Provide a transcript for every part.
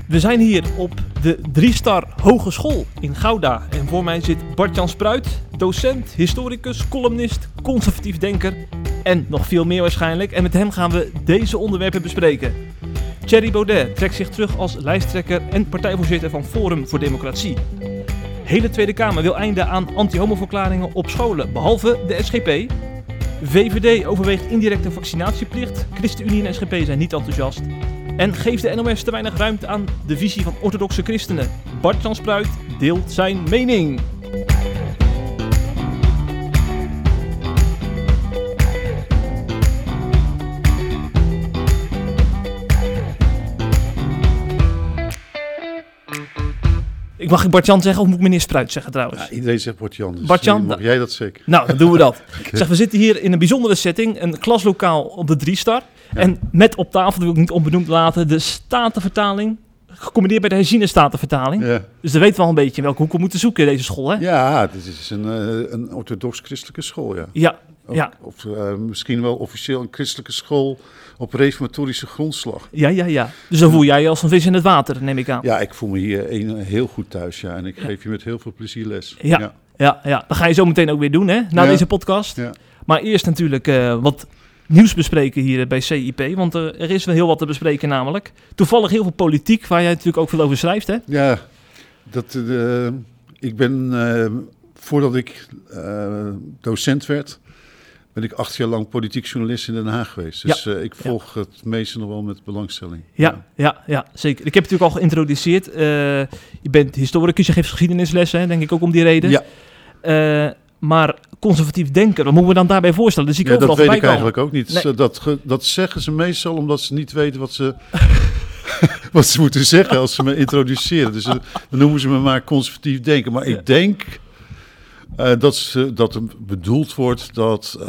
We zijn hier op de 3-star Hogeschool in Gouda. En voor mij zit Bart-Jan Spruit, docent, historicus, columnist, conservatief denker en nog veel meer waarschijnlijk. En met hem gaan we deze onderwerpen bespreken. Thierry Baudet trekt zich terug als lijsttrekker en partijvoorzitter van Forum voor Democratie. Hele Tweede Kamer wil einde aan anti-homoverklaringen op scholen, behalve de SGP. VVD overweegt indirecte vaccinatieplicht. ChristenUnie en SGP zijn niet enthousiast. En geeft de NOS te weinig ruimte aan de visie van orthodoxe christenen. Bart-Jan Spruit deelt zijn mening. Mag ik Bart-Jan zeggen of moet ik meneer Spruit zeggen trouwens? Ja, iedereen zegt Bart-Jan, dus Bart-Jan, mag jij dat zeker? Nou, dan doen we dat. Zeg, we zitten hier in een bijzondere setting, een klaslokaal op de 3-star. Ja. En met op tafel, dat wil ik niet onbenoemd laten, de Statenvertaling, gecombineerd bij de herziene Statenvertaling. Ja. Dus dan weten we al een beetje in welke hoek we moeten zoeken in deze school, hè? Ja, dit is een orthodox-christelijke school, ja. Ja. Of misschien wel officieel een christelijke school op reformatorische grondslag. Ja. Dus dan voel jij je als een vis in het water, neem ik aan. Ja, ik voel me hier heel goed thuis, ja. En ik geef je met heel veel plezier les. Ja. Dat ga je zo meteen ook weer doen, hè? Na deze podcast. Ja. Maar eerst natuurlijk wat nieuws bespreken hier bij CIP. Want er is wel heel wat te bespreken namelijk. Toevallig heel veel politiek, waar jij natuurlijk ook veel over schrijft, hè? Ja, ik ben, voordat ik docent werd, ben ik 8 jaar lang politiek journalist in Den Haag geweest. Dus ik volg het meeste nog wel met belangstelling. Ja, zeker. Ik heb het natuurlijk al geïntroduceerd. Je bent historicus, je geeft geschiedenislessen, denk ik ook om die reden. Ja. Maar conservatief denken, wat moeten we dan daarbij voorstellen? Dus dat weet ik eigenlijk ook niet. Nee. Dat zeggen ze meestal omdat ze niet weten wat ze moeten zeggen als ze me introduceren. Dus dan noemen ze me maar conservatief denken. Maar ik denk dat er bedoeld wordt dat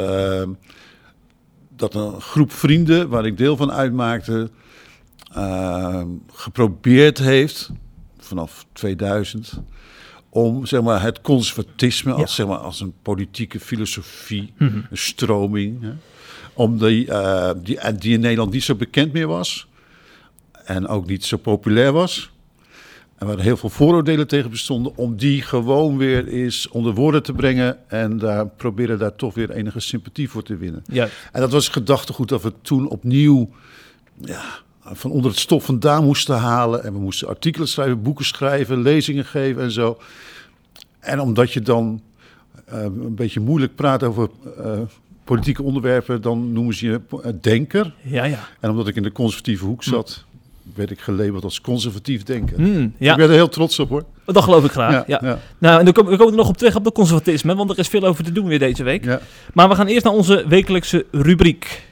een groep vrienden, waar ik deel van uitmaakte, geprobeerd heeft vanaf 2000 om zeg maar, het conservatisme als een politieke filosofie, een stroming, hè, om die in Nederland niet zo bekend meer was en ook niet zo populair was. En waar heel veel vooroordelen tegen bestonden, om die gewoon weer eens onder woorden te brengen en proberen daar toch weer enige sympathie voor te winnen. Ja. En dat was het gedachtegoed dat we toen opnieuw van onder het stof vandaan moesten halen. En we moesten artikelen schrijven, boeken schrijven, lezingen geven en zo. En omdat je dan een beetje moeilijk praat over politieke onderwerpen, dan noemen ze je denker. Ja. En omdat ik in de conservatieve hoek zat, werd ik gelabeld als conservatief denker. Ik ben er heel trots op, hoor. Dat geloof ik graag. Ja. Nou, en dan komen we nog op terug op de conservatisme, want er is veel over te doen weer deze week. Ja. Maar we gaan eerst naar onze wekelijkse rubriek.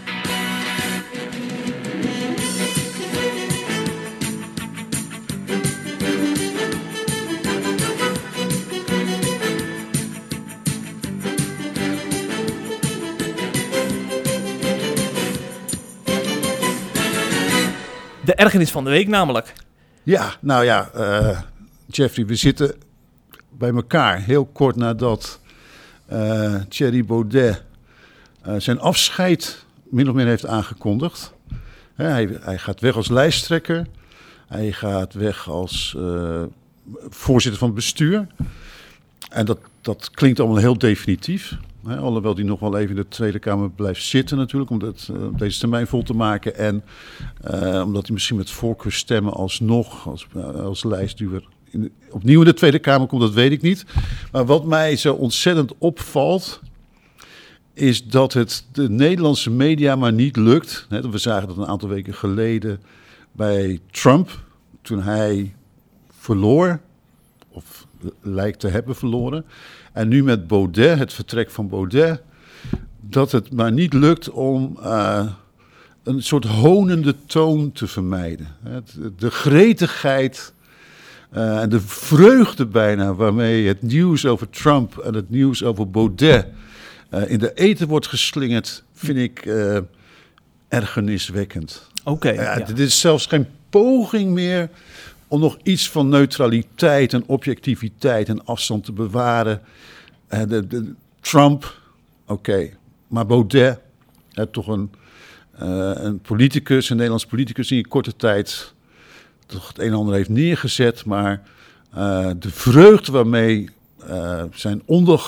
De ergernis van de week namelijk. Ja, nou ja, Jeffrey, we zitten bij elkaar heel kort nadat Thierry Baudet zijn afscheid min of meer heeft aangekondigd. Hij gaat weg als lijsttrekker. Hij gaat weg als voorzitter van het bestuur. En dat klinkt allemaal heel definitief. Alhoewel die nog wel even in de Tweede Kamer blijft zitten natuurlijk, om deze termijn vol te maken. En omdat hij misschien met voorkeurstemmen alsnog als lijstduwer opnieuw in de Tweede Kamer komt, dat weet ik niet. Maar wat mij zo ontzettend opvalt, is dat het de Nederlandse media maar niet lukt. We zagen dat een aantal weken geleden bij Trump, toen hij verloor, of lijkt te hebben verloren. En nu met Baudet, het vertrek van Baudet, dat het maar niet lukt om een soort honende toon te vermijden. De gretigheid en de vreugde bijna waarmee het nieuws over Trump en het nieuws over Baudet in de ether wordt geslingerd, vind ik ergerniswekkend. Oké. Dit is zelfs geen poging meer om nog iets van neutraliteit en objectiviteit en afstand te bewaren. Trump, maar Baudet, toch een politicus, een Nederlands politicus die in korte tijd toch het een en ander heeft neergezet. Maar de vreugde waarmee zijn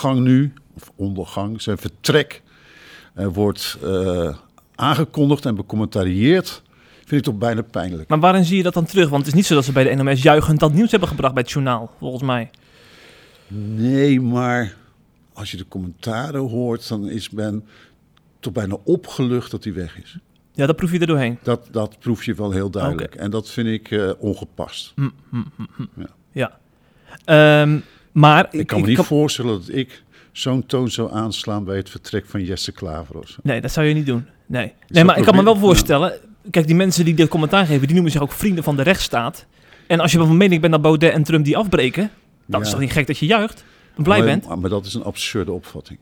zijn vertrek wordt aangekondigd en becommentarieerd, vind ik toch bijna pijnlijk. Maar waarin zie je dat dan terug? Want het is niet zo dat ze bij de NOS juichend dat nieuws hebben gebracht bij het journaal, volgens mij. Nee, maar als je de commentaren hoort, dan is men toch bijna opgelucht dat hij weg is. Ja, dat proef je er doorheen. Dat proef je wel heel duidelijk. Okay. En dat vind ik ongepast. Ja. Maar ik kan me niet voorstellen dat ik zo'n toon zou aanslaan bij het vertrek van Jesse Klaver. Of zo. Nee, dat zou je niet doen. Nee, maar ik kan me wel voorstellen. Kijk, die mensen die dit commentaar geven, die noemen zich ook vrienden van de rechtsstaat. En als je van mening bent dat Baudet en Trump die afbreken, dan is toch niet gek dat je juicht en blij bent? Maar dat is een absurde opvatting.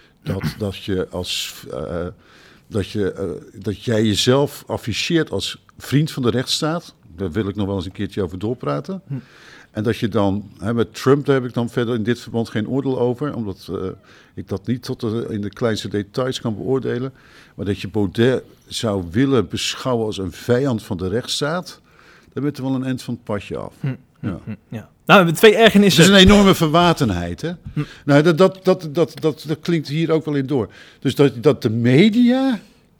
Dat jij jezelf afficheert als vriend van de rechtsstaat. Daar wil ik nog wel eens een keertje over doorpraten. En dat je dan, met Trump, daar heb ik dan verder in dit verband geen oordeel over, omdat ik dat niet tot in de kleinste details kan beoordelen. Maar dat je Baudet zou willen beschouwen als een vijand van de rechtsstaat, daar bent er wel een eind van het padje af. Ja. Nou, we hebben 2 ergernissen. Het is een enorme verwatenheid, hè? Nou, dat klinkt hier ook wel in door. Dus dat de media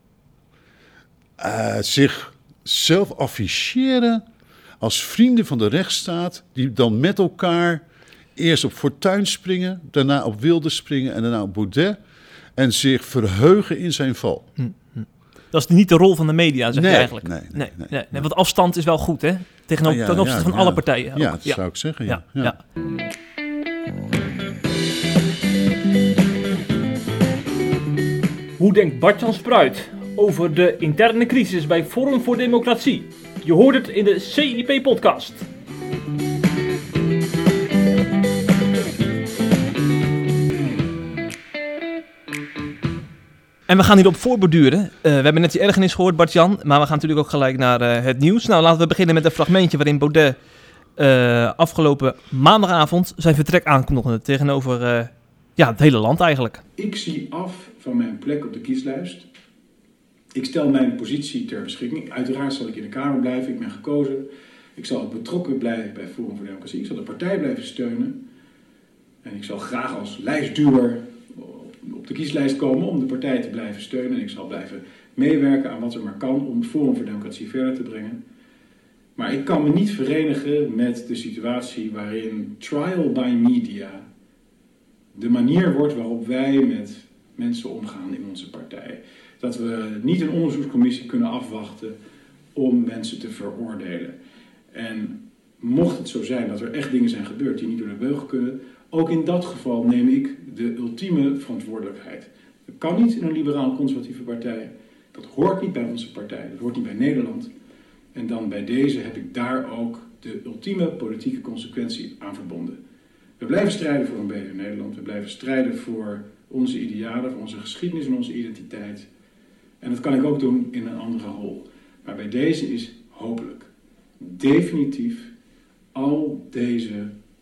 zich zelf afficheren als vrienden van de rechtsstaat, die dan met elkaar eerst op Fortuyn springen, daarna op Wilders springen en daarna op Baudet en zich verheugen in zijn val. Dat is niet de rol van de media, zeg je eigenlijk. Nee. Want afstand is wel goed, hè? Ten opzichte van alle partijen. Ja, dat zou ik zeggen, ja. Hoe denkt Bart-Jan Spruit over de interne crisis bij Forum voor Democratie? Je hoort het in de CIP-podcast. En we gaan hierop voorborduren. We hebben net die ergernis gehoord, Bart-Jan, maar we gaan natuurlijk ook gelijk naar het nieuws. Nou, laten we beginnen met een fragmentje waarin Baudet afgelopen maandagavond zijn vertrek aankondigde tegenover het hele land eigenlijk. Ik zie af van mijn plek op de kieslijst. Ik stel mijn positie ter beschikking. Uiteraard zal ik in de Kamer blijven. Ik ben gekozen. Ik zal ook betrokken blijven bij Forum voor Democratie. Ik zal de partij blijven steunen. En ik zal graag als lijstduwer op de kieslijst komen om de partij te blijven steunen. En ik zal blijven meewerken aan wat er maar kan om Forum voor Democratie verder te brengen. Maar ik kan me niet verenigen met de situatie waarin trial by media de manier wordt waarop wij met mensen omgaan in onze partij. Dat we niet een onderzoekscommissie kunnen afwachten om mensen te veroordelen. En mocht het zo zijn dat er echt dingen zijn gebeurd die niet door de beugel kunnen, ook in dat geval neem ik de ultieme verantwoordelijkheid. Dat kan niet in een liberaal-conservatieve partij. Dat hoort niet bij onze partij. Dat hoort niet bij Nederland. En dan bij deze heb ik daar ook de ultieme politieke consequentie aan verbonden. We blijven strijden voor een beter Nederland. We blijven strijden voor onze idealen, voor onze geschiedenis en onze identiteit. En dat kan ik ook doen in een andere rol. Maar bij deze is hopelijk definitief al deze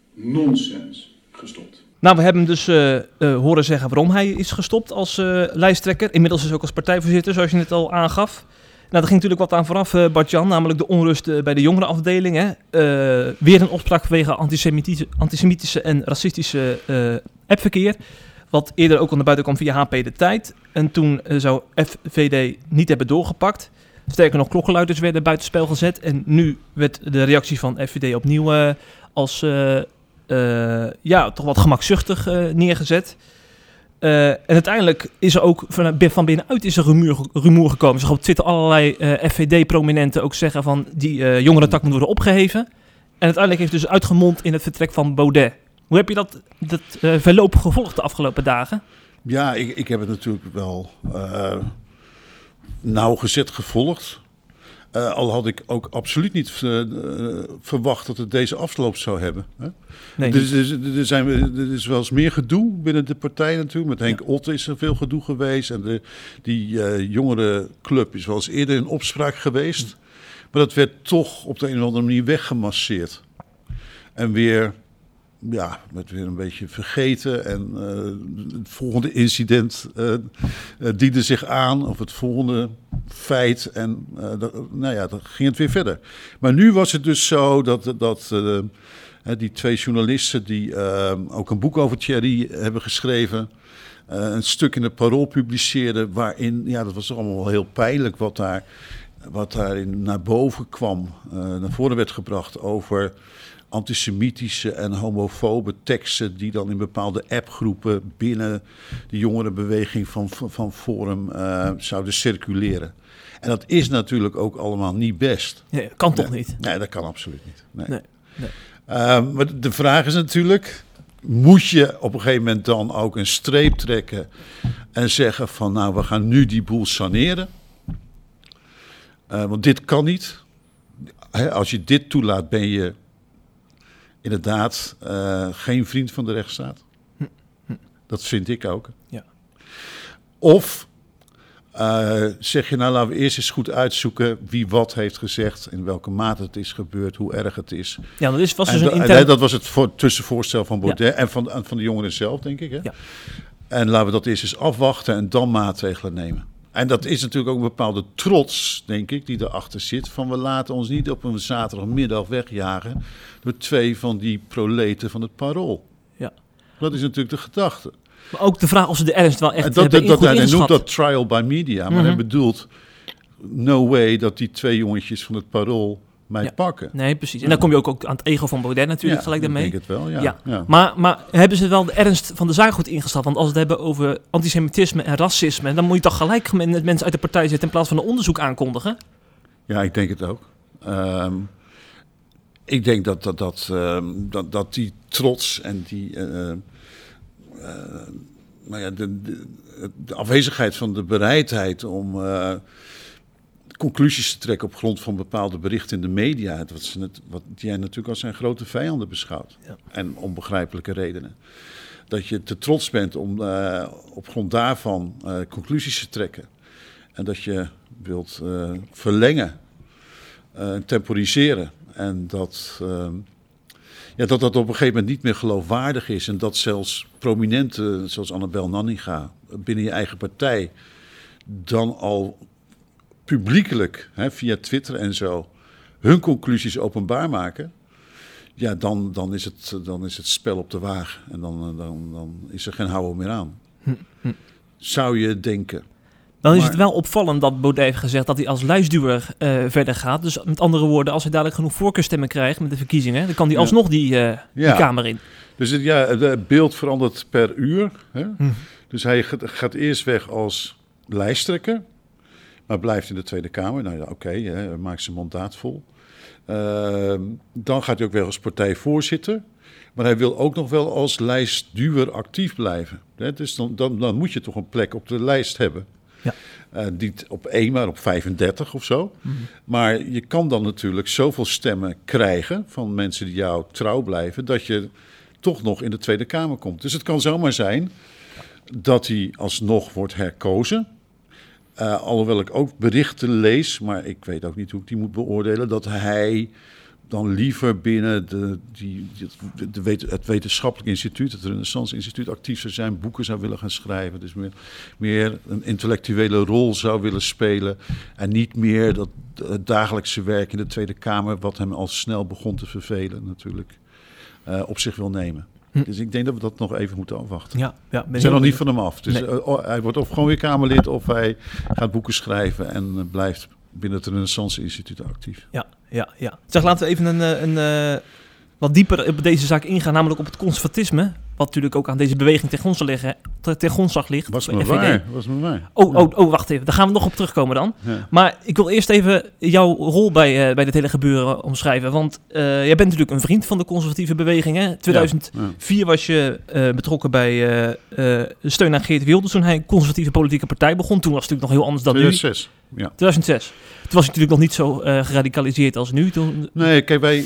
nonsens gestopt. Nou, we hebben hem dus horen zeggen waarom hij is gestopt als lijsttrekker. Inmiddels dus ook als partijvoorzitter, zoals je net al aangaf. Nou, daar ging natuurlijk wat aan vooraf, Bart-Jan, namelijk de onrust bij de jongerenafdeling. Hè. Weer een opspraak vanwege antisemitische en racistische appverkeer. Wat eerder ook al naar buiten kwam via HP De Tijd. En toen zou FVD niet hebben doorgepakt. Sterker nog, klokkenluiders werden buitenspel gezet. En nu werd de reactie van FVD opnieuw als toch wat gemakzuchtig neergezet. En uiteindelijk is er ook van binnenuit is er rumoer gekomen. Zo op Twitter allerlei FVD-prominenten ook zeggen van die jongerentak moet worden opgeheven. En uiteindelijk heeft dus uitgemond in het vertrek van Baudet. Hoe heb je dat verloop gevolgd de afgelopen dagen? Ja, ik heb het natuurlijk wel nauwgezet gevolgd. Al had ik ook absoluut niet verwacht dat het deze afloop zou hebben. Hè? Nee, er is wel eens meer gedoe binnen de partij natuurlijk. Met Henk Otte is er veel gedoe geweest. En die jongerenclub is wel eens eerder in opspraak geweest. Maar dat werd toch op de een of andere manier weggemasseerd. En weer werd weer een beetje vergeten. En het volgende incident diende zich aan, of het volgende feit. En dan ging het weer verder. Maar nu was het dus zo dat die 2 journalisten die ook een boek over Thierry hebben geschreven, een stuk in het Parool publiceerden, waarin, dat was allemaal wel heel pijnlijk wat daarin naar boven kwam, naar voren werd gebracht over antisemitische en homofobe teksten die dan in bepaalde appgroepen binnen de jongerenbeweging van Forum zouden circuleren. En dat is natuurlijk ook allemaal niet best. Nee, kan toch niet? Nee, dat kan absoluut niet. Nee. Maar de vraag is natuurlijk, moet je op een gegeven moment dan ook een streep trekken en zeggen van we gaan nu die boel saneren? Want dit kan niet. Als je dit toelaat, ben je inderdaad geen vriend van de rechtsstaat. Dat vind ik ook. Ja. Of zeg je laten we eerst eens goed uitzoeken wie wat heeft gezegd, in welke mate het is gebeurd, hoe erg het is. Ja, dat was dus dat was het tussenvoorstel van Baudet en van de jongeren zelf, denk ik. Hè? Ja. En laten we dat eerst eens afwachten en dan maatregelen nemen. En dat is natuurlijk ook een bepaalde trots, denk ik, die erachter zit. Van we laten ons niet op een zaterdagmiddag wegjagen door 2 van die proleten van het Parool. Ja. Dat is natuurlijk de gedachte. Maar ook de vraag of ze de ernst wel echt hebben ingeschat. Hij noemt dat trial by media, maar hij bedoelt no way dat die 2 jongetjes van het Parool mij pakken. Nee, precies. En dan kom je ook aan het ego van Baudet natuurlijk gelijk daarmee. Ik denk het wel, ja. Maar hebben ze wel de ernst van de zaak goed ingeschat? Want als we het hebben over antisemitisme en racisme, dan moet je toch gelijk met mensen uit de partij zitten in plaats van een onderzoek aankondigen? Ja, ik denk het ook. Ik denk dat die trots en die de afwezigheid van de bereidheid om conclusies te trekken op grond van bepaalde berichten in de media, wat jij natuurlijk als zijn grote vijanden beschouwt. Ja. En om begrijpelijke redenen. Dat je te trots bent om op grond daarvan conclusies te trekken. En dat je wilt verlengen, temporiseren. En dat dat op een gegeven moment niet meer geloofwaardig is. En dat zelfs prominenten zoals Annabel Nanninga binnen je eigen partij dan al publiekelijk, via Twitter en zo, hun conclusies openbaar maken. Ja, dan is het spel op de waag. En dan is er geen houden meer aan. Zou je denken. Dan is het wel opvallend dat Baudet heeft gezegd dat hij als lijstduwer verder gaat. Dus met andere woorden, als hij dadelijk genoeg voorkeurstemmen krijgt met de verkiezingen, dan kan hij alsnog die Kamer in. Dus het beeld verandert per uur. Hè? Dus hij gaat eerst weg als lijsttrekker, maar blijft in de Tweede Kamer. Nou ja, oké, maakt zijn mandaat vol. Dan gaat hij ook weg als partijvoorzitter. Maar hij wil ook nog wel als lijstduwer actief blijven. Hè? Dus dan moet je toch een plek op de lijst hebben. Ja. Niet op 1, maar op 35 of zo. Mm-hmm. Maar je kan dan natuurlijk zoveel stemmen krijgen van mensen die jou trouw blijven, dat je toch nog in de Tweede Kamer komt. Dus het kan zomaar zijn dat hij alsnog wordt herkozen. Alhoewel ik ook berichten lees, maar ik weet ook niet hoe ik die moet beoordelen, dat hij dan liever binnen het wetenschappelijk instituut, het Renaissance Instituut, actief zou zijn, boeken zou willen gaan schrijven. Dus meer een intellectuele rol zou willen spelen. En niet meer dat het dagelijkse werk in de Tweede Kamer, wat hem al snel begon te vervelen natuurlijk, op zich wil nemen. Dus ik denk dat we dat nog even moeten afwachten. We zijn nog niet van hem af. Dus hij wordt of gewoon weer Kamerlid, of hij gaat boeken schrijven en blijft binnen het Renaissance Instituut actief. Ja. Zeg, laten we even een wat dieper op deze zaak ingaan, namelijk op het conservatisme, wat natuurlijk ook aan deze beweging ten grondslag ligt. Was me waar. Oh, wacht even. Daar gaan we nog op terugkomen dan. Ja. Maar ik wil eerst even jouw rol bij dit hele gebeuren omschrijven. Want jij bent natuurlijk een vriend van de conservatieve beweging. Hè? 2004 was je betrokken bij de steun aan Geert Wilders toen hij een conservatieve politieke partij begon. Toen was het natuurlijk nog heel anders dan 2006. Nu. 2006. Toen was hij natuurlijk nog niet zo geradicaliseerd als nu. Nee, kijk, wij...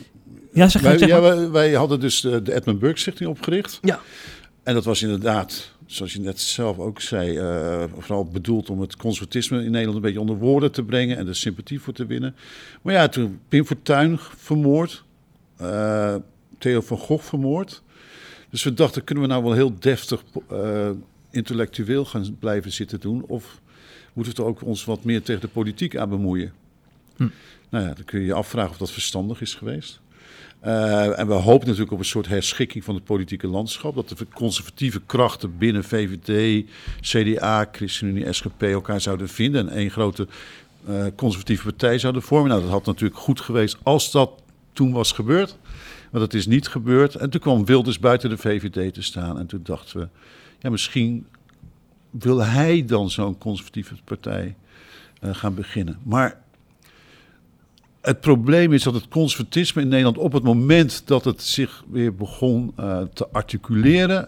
Ja, wij hadden dus de Edmund Burke Stichting opgericht. Ja. En dat was inderdaad, zoals je net zelf ook zei, vooral bedoeld om het conservatisme in Nederland een beetje onder woorden te brengen en de sympathie voor te winnen. Maar ja, toen Pim Fortuyn vermoord, Theo van Gogh vermoord. Dus we dachten, kunnen we nou wel heel deftig intellectueel gaan blijven zitten doen? Of moeten we toch ook ons wat meer tegen de politiek aan bemoeien? Nou ja, dan kun je je afvragen of dat verstandig is geweest. En we hopen natuurlijk op een soort herschikking van het politieke landschap. Dat de conservatieve krachten binnen VVD, CDA, ChristenUnie, SGP elkaar zouden vinden. En één grote conservatieve partij zouden vormen. Nou, dat had natuurlijk goed geweest als dat toen was gebeurd. Maar dat is niet gebeurd. En toen kwam Wilders buiten de VVD te staan. En toen dachten we, ja, misschien wil hij dan zo'n conservatieve partij gaan beginnen. Maar het probleem is dat het conservatisme in Nederland op het moment dat het zich weer begon te articuleren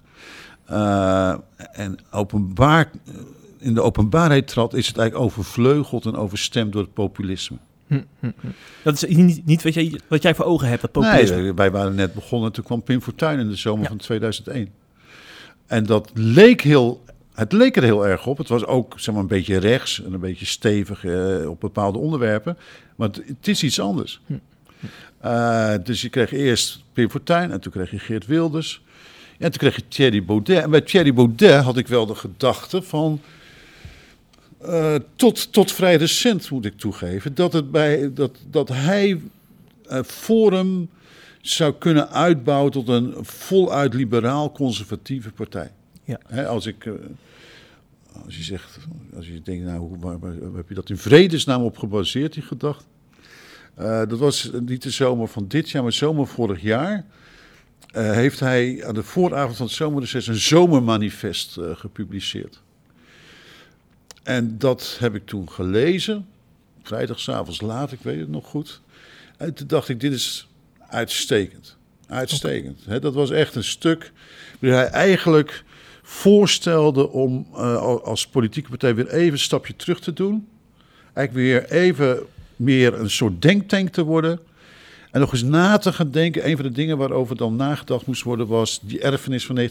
en in de openbaarheid trad, is het eigenlijk overvleugeld en overstemd door het populisme. Dat is niet wat jij voor ogen hebt, dat populisme. Nee, wij waren net begonnen, toen kwam Pim Fortuyn in de zomer van 2001. En dat leek het leek er heel erg op. Het was ook, zeg maar, een beetje rechts en een beetje stevig op bepaalde onderwerpen. Maar het is iets anders. Dus je kreeg eerst Pim Fortuyn en toen kreeg je Geert Wilders. En toen kreeg je Thierry Baudet. En bij Thierry Baudet had ik wel de gedachte van, tot vrij recent moet ik toegeven, dat hij Forum zou kunnen uitbouwen tot een voluit liberaal-conservatieve partij. Ja. Als je denkt, nou, waar heb je dat in vredesnaam op gebaseerd, die gedachte? Dat was niet de zomer van dit jaar, maar zomer vorig jaar. Heeft hij aan de vooravond van het zomerreces een zomermanifest gepubliceerd. En dat heb ik toen gelezen, vrijdagavond laat, ik weet het nog goed. En toen dacht ik, dit is uitstekend. Uitstekend. Okay. Dat was echt een stuk waar hij eigenlijk voorstelde om als politieke partij weer even een stapje terug te doen. Eigenlijk weer even meer een soort denktank te worden. En nog eens na te gaan denken. Een van de dingen waarover dan nagedacht moest worden was die erfenis van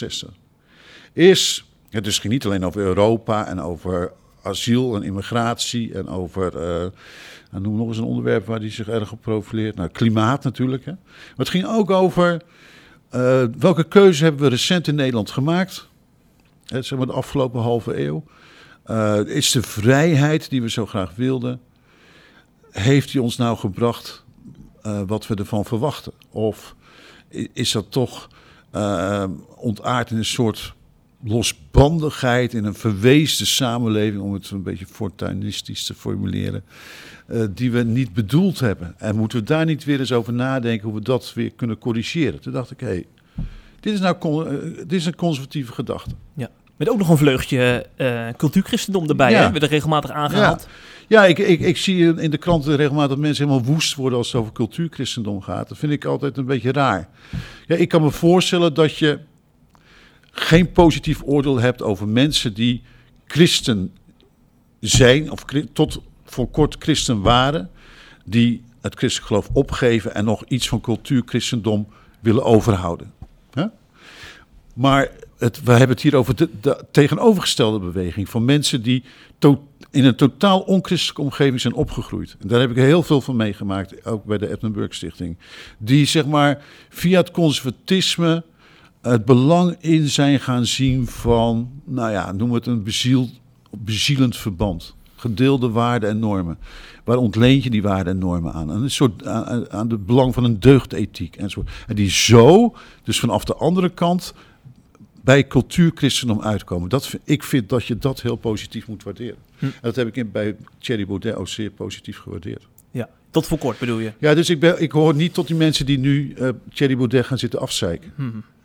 1968. Het dus ging niet alleen over Europa en over asiel en immigratie en over, noem nog eens een onderwerp waar hij zich erg op profileert. Nou, klimaat natuurlijk. Hè. Maar het ging ook over welke keuze hebben we recent in Nederland gemaakt? Zeg maar de afgelopen halve eeuw. Is de vrijheid die we zo graag wilden, heeft die ons nou gebracht wat we ervan verwachten? Of is dat toch ontaard in een soort losbandigheid, in een verweesde samenleving, om het een beetje fortuinistisch te formuleren, die we niet bedoeld hebben? En moeten we daar niet weer eens over nadenken hoe we dat weer kunnen corrigeren? Toen dacht ik, dit is een conservatieve gedachte. Ja. Met ook nog een vleugje cultuurchristendom erbij, hè? Werd er regelmatig aangehaald. Ja, ik zie in de kranten regelmatig dat mensen helemaal woest worden als het over cultuurchristendom gaat. Dat vind ik altijd een beetje raar. Ja, ik kan me voorstellen dat je geen positief oordeel hebt over mensen die christen zijn, of tot voor kort christen waren, die het christelijk geloof opgeven en nog iets van cultuurchristendom willen overhouden. Huh? Maar we hebben het hier over de tegenovergestelde beweging van mensen die in een totaal onchristelijke omgeving zijn opgegroeid. En daar heb ik heel veel van meegemaakt, ook bij de Edmund Burke Stichting. Die, zeg maar, via het conservatisme het belang in zijn gaan zien van, nou ja, noem het een bezielend verband. Gedeelde waarden en normen. Waar ontleent je die waarden en normen aan? Een soort aan het belang van een deugdethiek enzovoort. En die zo, dus vanaf de andere kant, bij cultuurchristendom uitkomen. Ik vind dat je dat heel positief moet waarderen. En dat heb ik bij Thierry Baudet ook zeer positief gewaardeerd. Ja, tot voor kort bedoel je? Ja, dus ik hoor niet tot die mensen die nu Thierry Baudet gaan zitten afzeiken.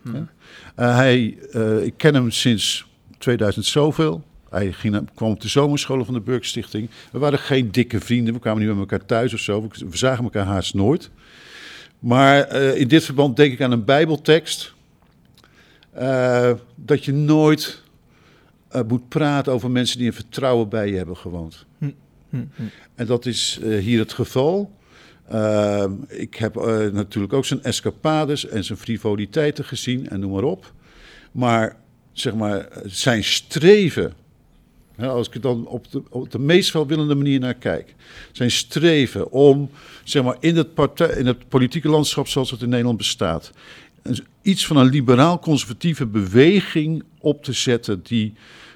Ik ken hem sinds 2000 zoveel. Hij kwam op de zomerscholen van de Burke Stichting. We waren geen dikke vrienden. We kwamen niet met elkaar thuis of zo. We zagen elkaar haast nooit. Maar in dit verband denk ik aan een Bijbeltekst. Dat je nooit moet praten over mensen die in vertrouwen bij je hebben gewoond. En dat is hier het geval. Ik heb natuurlijk ook zijn escapades en zijn frivoliteiten gezien en noem maar op. Maar zeg maar, zijn streven als ik er dan op de meest welwillende manier naar kijk, zijn streven om, zeg maar, in het politieke landschap zoals het in Nederland bestaat, iets van een liberaal-conservatieve beweging op te zetten die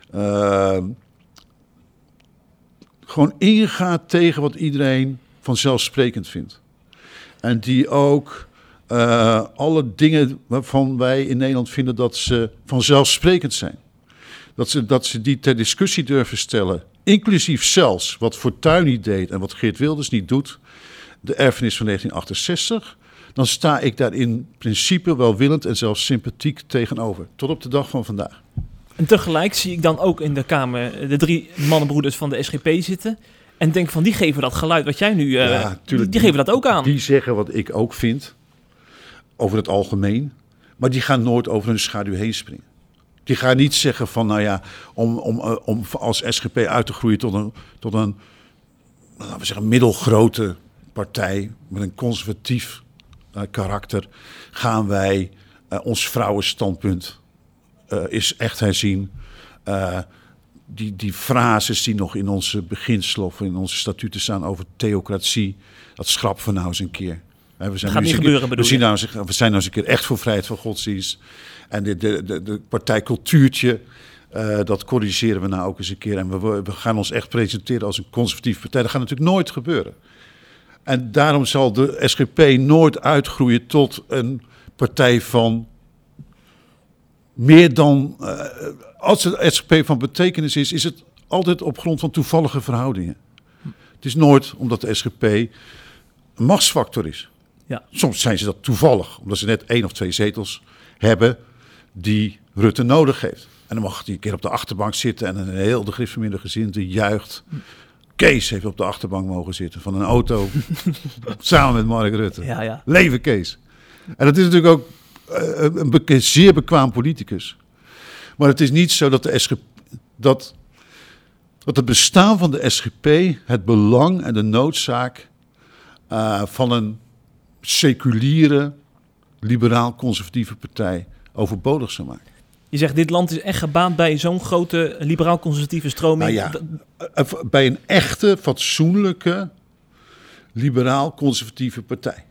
gewoon ingaat tegen wat iedereen vanzelfsprekend vindt. En die ook alle dingen waarvan wij in Nederland vinden dat ze vanzelfsprekend zijn. Dat ze die ter discussie durven stellen. Inclusief zelfs wat Fortuyn niet deed en wat Geert Wilders niet doet. De erfenis van 1968. Dan sta ik daar in principe welwillend en zelfs sympathiek tegenover. Tot op de dag van vandaag. En tegelijk zie ik dan ook in de Kamer de 3 mannenbroeders van de SGP zitten. En denk van, die geven dat geluid wat jij nu... die geven dat ook aan. Die zeggen wat ik ook vind. Over het algemeen. Maar die gaan nooit over hun schaduw heen springen. Die gaan niet zeggen van, nou ja, om als SGP uit te groeien tot een laten we zeggen, middelgrote partij met een conservatief karakter, gaan wij ons vrouwenstandpunt is echt herzien. Die frases die nog in onze beginselen of in onze statuten staan over theocratie, dat schrappen we nou eens een keer. We zijn nou eens een keer echt voor vrijheid van godsdienst. En de partijcultuurtje, dat corrigeren we nou ook eens een keer. En we gaan ons echt presenteren als een conservatieve partij. Dat gaat natuurlijk nooit gebeuren. En daarom zal de SGP nooit uitgroeien tot een partij van meer dan... als de SGP van betekenis is het altijd op grond van toevallige verhoudingen. Het is nooit omdat de SGP een machtsfactor is. Ja. Soms zijn ze dat toevallig, omdat ze net 1 of 2 zetels hebben die Rutte nodig heeft. En dan mag hij een keer op de achterbank zitten en een heel de Griffemidde gezin die juicht. Kees heeft op de achterbank mogen zitten van een auto samen met Mark Rutte. Ja, ja. Leven Kees. En dat is natuurlijk ook een zeer bekwaam politicus. Maar het is niet zo dat de SGP, dat het bestaan van de SGP het belang en de noodzaak van een seculiere, liberaal-conservatieve partij overbodig zou maken. Je zegt, dit land is echt gebaat bij zo'n grote liberaal-conservatieve stroming. Nou ja, bij een echte, fatsoenlijke, liberaal-conservatieve partij.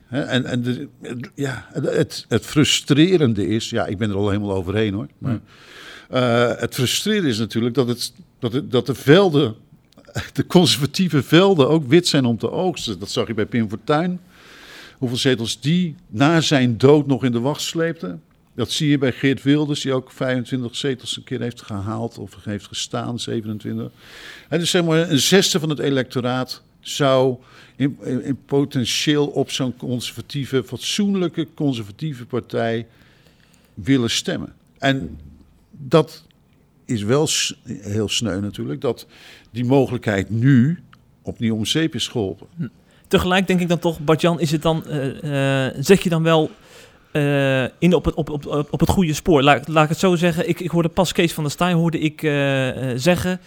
Het frustrerende is, ja, ik ben er al helemaal overheen hoor. Maar, het frustrerende is natuurlijk dat de velden, de conservatieve velden ook wit zijn om te oogsten. Dat zag je bij Pim Fortuyn. Hoeveel zetels die na zijn dood nog in de wacht sleepte. Dat zie je bij Geert Wilders, die ook 25 zetels een keer heeft gehaald of heeft gestaan, 27. En dus zeg maar een zesde van het electoraat zou in potentieel op zo'n conservatieve, fatsoenlijke conservatieve partij willen stemmen. En dat is wel heel sneu natuurlijk, dat die mogelijkheid nu opnieuw om zeep is geholpen. Tegelijk denk ik dan toch, Bart-Jan, is het dan, zet je dan wel in op het goede spoor? Laat ik het zo zeggen. Ik hoorde pas Kees van der Staaij zeggen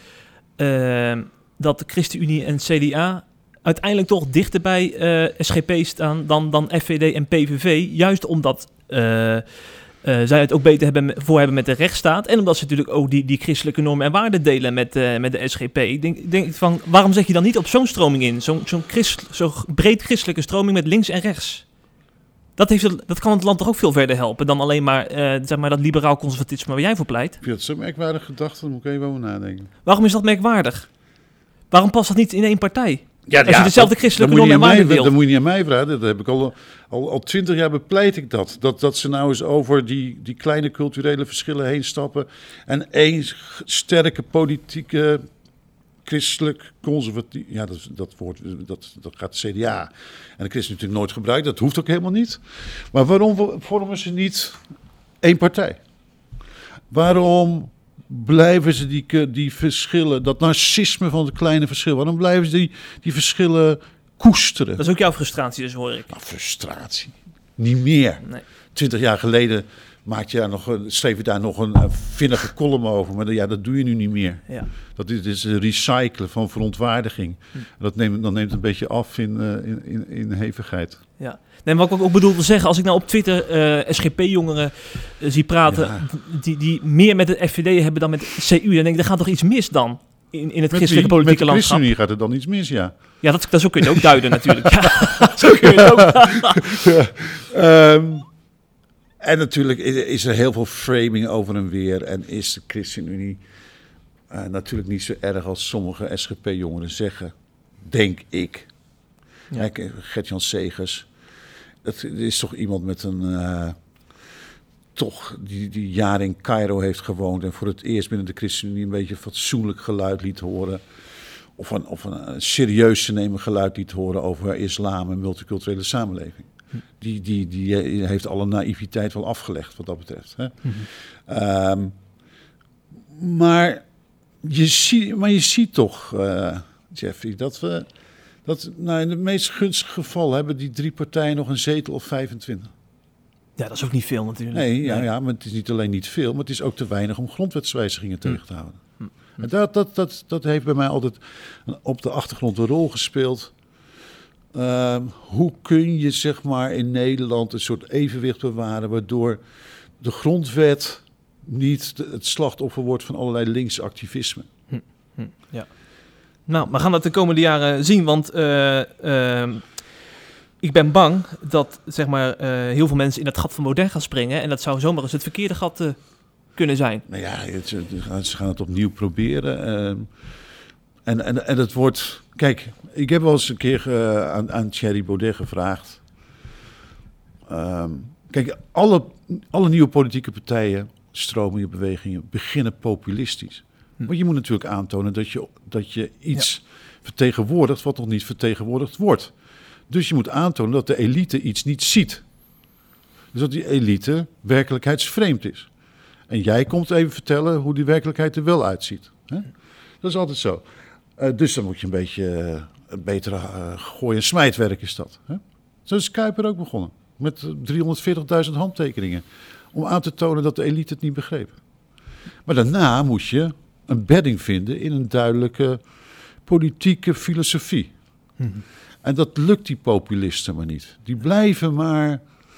dat de ChristenUnie en CDA uiteindelijk toch dichter bij SGP staan dan FVD en PVV. Juist omdat zij het ook beter hebben met de rechtsstaat. En omdat ze natuurlijk ook die christelijke normen en waarden delen met de SGP. Denk van, waarom zet je dan niet op zo'n stroming in? Zo'n breed christelijke stroming met links en rechts. Dat kan het land toch ook veel verder helpen dan alleen maar, zeg maar dat liberaal-conservatisme waar jij voor pleit? Ik vind dat zo'n merkwaardige gedachte, daar moet ik even over nadenken. Waarom is dat merkwaardig? Waarom past dat niet in één partij? Als je dezelfde christelijke normen en waarden deelt. Dat moet je niet aan mij vragen. Dat heb ik al 20 jaar bepleit ik dat. Dat ze nou eens over die kleine culturele verschillen heen stappen. En één sterke politieke, christelijk, conservatief. Ja, dat woord dat gaat de CDA. En de ChristenUnie natuurlijk nooit gebruikt. Dat hoeft ook helemaal niet. Maar waarom vormen ze niet één partij? Waarom blijven ze die verschillen, dat narcisme van het kleine verschil, waarom blijven ze die verschillen koesteren? Dat is ook jouw frustratie dus, hoor ik. Nou, frustratie. Niet meer. Nee. 20 jaar geleden schreef je daar nog een vinnige column over, maar dat doe je nu niet meer. Ja. Dat is recyclen van verontwaardiging. Dat neemt een beetje af in hevigheid. Ja. Nee, wat ik ook bedoel te zeggen, als ik nou op Twitter SGP-jongeren zie praten, die meer met de FVD hebben dan met de CU, dan denk ik, er gaat toch iets mis dan? in het christelijke politieke met de landschap. ChristenUnie gaat er dan iets mis, ja. Ja, dat zo kun je het ook duiden natuurlijk. Ja, zo kun je het ook. En natuurlijk is er heel veel framing over en weer. En is de ChristenUnie natuurlijk niet zo erg als sommige SGP-jongeren zeggen. Denk ik. Ja. Gert-Jan Segers. Het is toch iemand met een... die jaren in Cairo heeft gewoond. En voor het eerst binnen de ChristenUnie een beetje fatsoenlijk geluid liet horen. Of een serieus te nemen geluid liet horen over islam en multiculturele samenleving. Die heeft alle naïviteit wel afgelegd wat dat betreft. Hè? Maar je ziet toch, Jeffrey, dat in het meest gunstige geval hebben die 3 partijen nog een zetel of 25. Ja, dat is ook niet veel natuurlijk. Nee, ja, maar het is niet alleen niet veel, maar het is ook te weinig om grondwetswijzigingen tegen te houden. En dat heeft bij mij altijd op de achtergrond een rol gespeeld. Hoe kun je zeg maar in Nederland een soort evenwicht bewaren waardoor de grondwet niet het slachtoffer wordt van allerlei links activisme? Ja. Nou, we gaan dat de komende jaren zien, want ik ben bang dat zeg maar, heel veel mensen in het gat van Baudet gaan springen en dat zou zomaar eens het verkeerde gat kunnen zijn. Nou ja, ze gaan het opnieuw proberen. En het wordt... Kijk, ik heb wel eens een keer aan Thierry Baudet gevraagd. Kijk, alle nieuwe politieke partijen, stromingen, bewegingen, beginnen populistisch. Maar je moet natuurlijk aantonen dat je iets vertegenwoordigt wat nog niet vertegenwoordigd wordt. Dus je moet aantonen dat de elite iets niet ziet. Dus dat die elite werkelijkheidsvreemd is. En jij komt even vertellen hoe die werkelijkheid er wel uitziet. Hè? Dat is altijd zo. Dus dan moet je een beetje betere gooi- en smijtwerk is dat. Hè? Zo is Kuiper ook begonnen. Met 340.000 handtekeningen. Om aan te tonen dat de elite het niet begreep. Maar daarna moest je een bedding vinden in een duidelijke politieke filosofie. En dat lukt die populisten maar niet. Die blijven maar...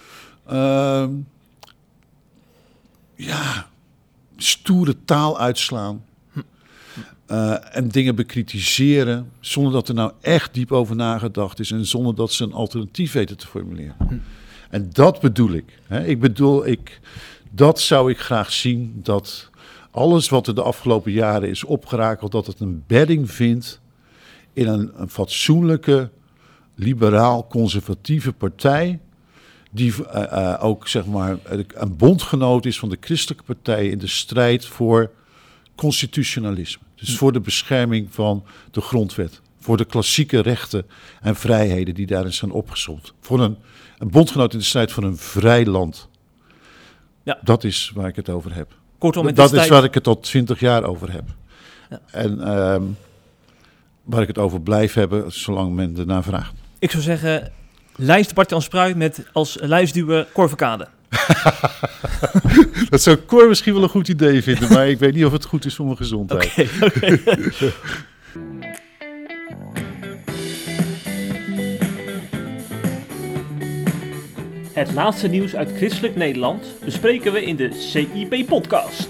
stoere taal uitslaan. En dingen bekritiseren zonder dat er nou echt diep over nagedacht is en zonder dat ze een alternatief weten te formuleren. En dat bedoel ik. Hè? Dat zou ik graag zien, dat alles wat er de afgelopen jaren is opgerakeld, dat het een bedding vindt in een fatsoenlijke, liberaal-conservatieve partij, die ook zeg maar een bondgenoot is van de christelijke partijen in de strijd voor constitutionalisme. Dus voor de bescherming van de grondwet. Voor de klassieke rechten en vrijheden die daarin zijn opgesomd. Voor een bondgenoot in de strijd voor een vrij land. Ja. Dat is waar ik het over heb. Kortom, dat is waar ik het al 20 jaar over heb. Ja. En waar ik het over blijf hebben, zolang men ernaar vraagt. Ik zou zeggen, lijst Bart-Jan Spruit met als lijstduwer Cor Verkade. Dat zou Cor misschien wel een goed idee vinden, maar ik weet niet of het goed is voor mijn gezondheid. Okay. Het laatste nieuws uit christelijk Nederland bespreken we in de CIP-podcast.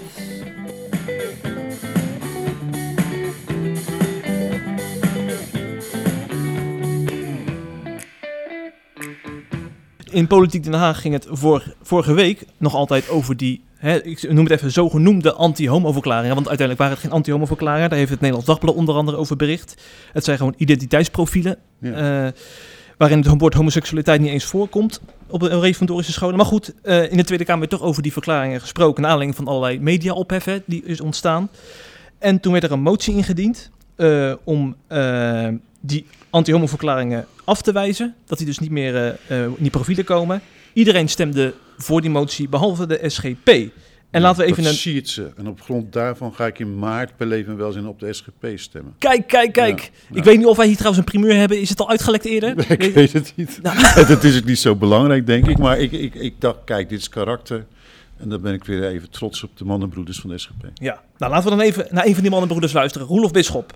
In Politiek Den Haag ging het vorige week nog altijd over die, ik noem het even zogenoemde anti-homo-verklaringen. Want uiteindelijk waren het geen anti-homo-verklaringen. Daar heeft het Nederlands Dagblad onder andere over bericht. Het zijn gewoon identiteitsprofielen. Ja. Waarin het woord homoseksualiteit niet eens voorkomt op de reformatorische scholen. Maar goed, in de Tweede Kamer werd toch over die verklaringen gesproken. Naar aanleiding van allerlei media-opheffen die is ontstaan. En toen werd er een motie ingediend om die anti-homo-verklaringen af te wijzen. Dat die dus niet meer in die profielen komen. Iedereen stemde voor die motie, behalve de SGP. En laten we even dat ziet ze. En op grond daarvan ga ik in maart bij Leven en Welzijn op de SGP stemmen. Kijk. Ja. Ik weet niet of wij hier trouwens een primeur hebben. Is het al uitgelekt eerder? Nee, ik weet het niet. Nou. Het is ook niet zo belangrijk, denk ik. Maar ik dacht, kijk, dit is karakter. En dan ben ik weer even trots op de mannenbroeders van de SGP. Ja, nou laten we dan even naar een van die mannenbroeders luisteren. Roelof Bisschop.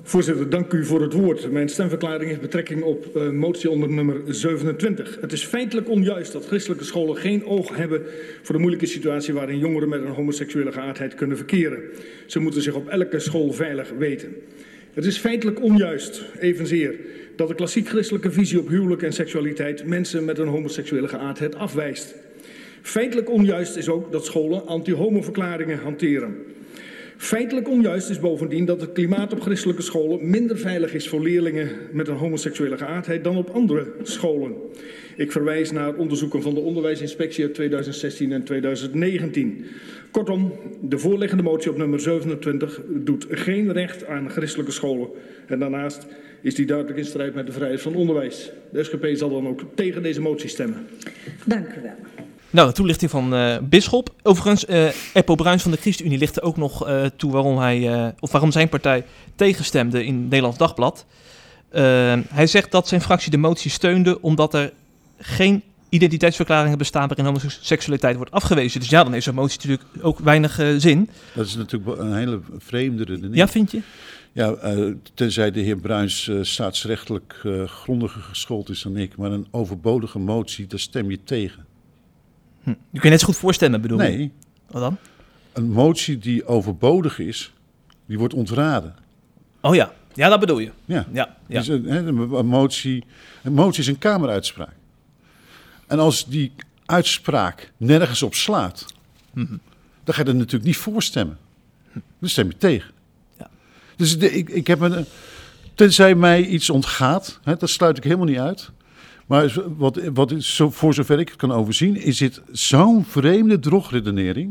Voorzitter, dank u voor het woord. Mijn stemverklaring heeft betrekking op motie onder nummer 27. Het is feitelijk onjuist dat christelijke scholen geen oog hebben voor de moeilijke situatie waarin jongeren met een homoseksuele geaardheid kunnen verkeren. Ze moeten zich op elke school veilig weten. Het is feitelijk onjuist, evenzeer, dat de klassiek christelijke visie op huwelijk en seksualiteit mensen met een homoseksuele geaardheid afwijst. Feitelijk onjuist is ook dat scholen anti-homo-verklaringen hanteren. Feitelijk onjuist is bovendien dat het klimaat op christelijke scholen minder veilig is voor leerlingen met een homoseksuele geaardheid dan op andere scholen. Ik verwijs naar onderzoeken van de onderwijsinspectie uit 2016 en 2019. Kortom, de voorliggende motie op nummer 27 doet geen recht aan christelijke scholen. En daarnaast is die duidelijk in strijd met de vrijheid van onderwijs. De SGP zal dan ook tegen deze motie stemmen. Dank u wel. Nou, de toelichting van Bisschop. Overigens, Eppo Bruins van de ChristenUnie lichtte ook nog toe waarom zijn partij tegenstemde in het Nederlands Dagblad. Hij zegt dat zijn fractie de motie steunde omdat er geen identiteitsverklaringen bestaan waarin homoseksualiteit wordt afgewezen. Dus ja, dan heeft zo'n motie natuurlijk ook weinig zin. Dat is natuurlijk een hele vreemde redenering. Ja, vind je? Ja, tenzij de heer Bruins staatsrechtelijk grondiger geschoold is dan ik. Maar een overbodige motie, daar stem je tegen. Je kunt je net zo goed voorstemmen, bedoel je? Nee. Wat dan? Een motie die overbodig is, die wordt ontraden. Oh ja, ja, dat bedoel je. Ja. Ja. Dus een motie is een kameruitspraak. En als die uitspraak nergens op slaat, dan ga je er natuurlijk niet voor stemmen. Dan stem je tegen. Ja. Dus ik heb tenzij mij iets ontgaat, dat sluit ik helemaal niet uit. Maar voor zover ik het kan overzien, is dit zo'n vreemde drogredenering.